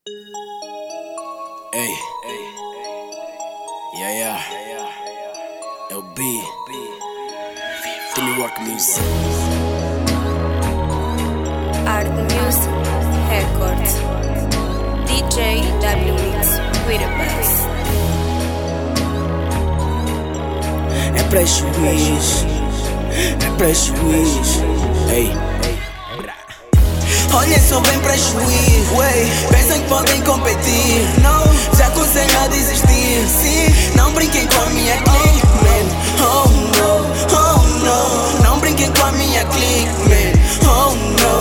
Hey, yeah, LB, Teamwork Music, Art Music Records, DJ W Mix with a bass. é prejuízo, hey. Olhem só bem pra juiz, pensam que podem competir, não, já conseguem a desistir, sim, não brinquem com a minha clique, man, oh no, não brinquem com a minha clique, man, oh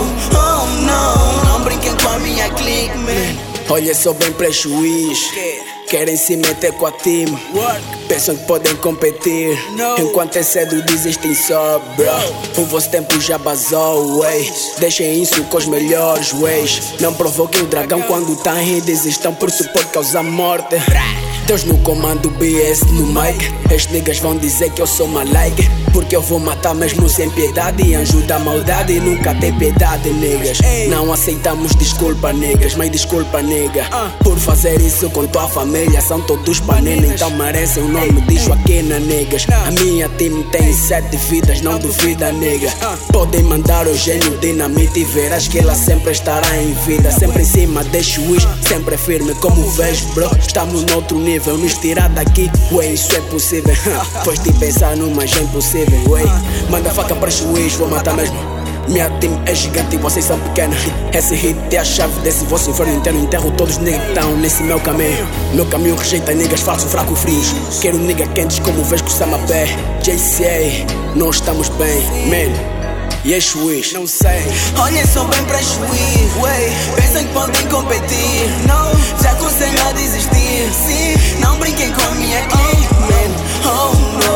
no, não brinquem com a minha clique, man. Olha só bem prejuízo, querem se meter com a team, pensam que podem competir, enquanto é cedo desistem só, bro. O vosso tempo já basou, deixem isso com os melhores ways. Não provoquem o dragão quando tá em desistam, por isso pode causar morte. Deus no comando, BS no mic. Estes niggas vão dizer que eu sou malike, porque eu vou matar mesmo sem piedade. Anjo da maldade nunca tem piedade, niggas. Não aceitamos desculpa, niggas, mas desculpa, nigga, por fazer isso com tua família. São todos panela, então merecem o nome disso aqui na niggas. A minha team tem 7 vidas, não duvida, nigga. Podem mandar o gênio dinamite e verás que ela sempre estará em vida. Sempre em cima, deixa o sempre firme como vês, bro. Estamos noutro nível, nos tirar daqui, isso é possível. Pois de pensar no mais é impossível, manda faca para juiz, vou matar mesmo. Minha team é gigante e vocês são pequenos. Esse hit é a chave desse vosso inferno inteiro. Enterro todos os niggas que estão nesse meu caminho. Meu caminho rejeita niggas falsos, fracos, frios. Quero niggas quentes como vês com o Samapé. JCA, nós estamos bem, man. E é juiz, não sei. Olhem só bem pra juiz, pensam que podem competir, não, já conseguem a desistir, sim, não brinquem com a minha clique, man, oh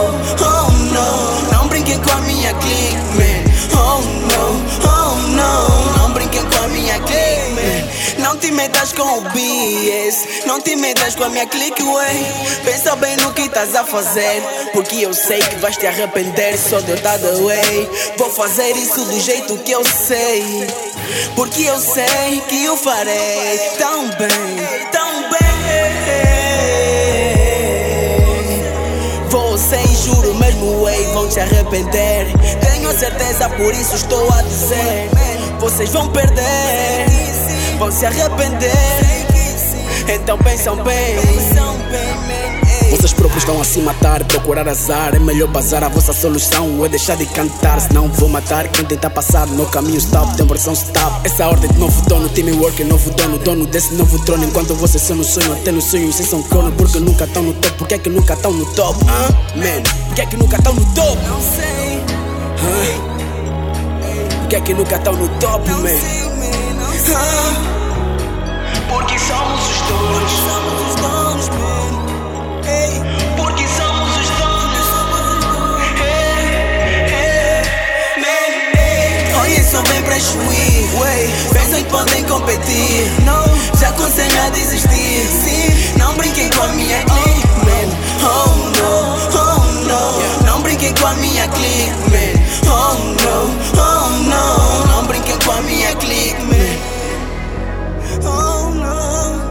no, não brinquem com a minha clique, man, oh no, não brinquem com a minha clique, man. Não te metas com o BS, não te metas com a minha clique, pensa bem no que estás a fazer, porque eu sei que vais te arrepender só de eu estar the way. Vou fazer isso do jeito que eu sei, porque eu sei que eu farei tão bem, tão bem. Vocês, juro mesmo, vão te arrepender. Tenho certeza, por isso estou a dizer. Vocês vão perder, vão se arrepender. Então pensam bem. Vocês próprios estão a se matar, procurar azar. É melhor bazar, a vossa solução é deixar de cantar. Senão vou matar quem tenta passar no caminho stop, tem versão stop. Essa ordem de novo dono, teamwork é novo dono. Dono desse novo trono, enquanto vocês são no sonho. Até no sonho vocês são crono, porque nunca estão no top. Porque é que nunca estão no top, man? Porque é que nunca estão no top? Não sei, porque é que nunca estão no top, man? não sei. Porque somos os donos, man. Porque somos os donos, olhem só bem pra juiz, pensam que podem competir, não, já conseguem a desistir, sim, não brinquem com a minha clique, man, oh no, não brinquem com a minha clique, man, oh no, não brinquem com a minha clique, man, oh no.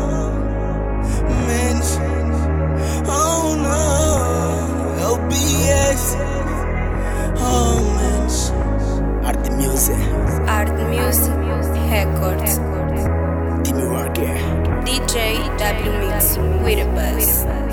Art Music Records, Teamwork, DJ W Mix with a bass.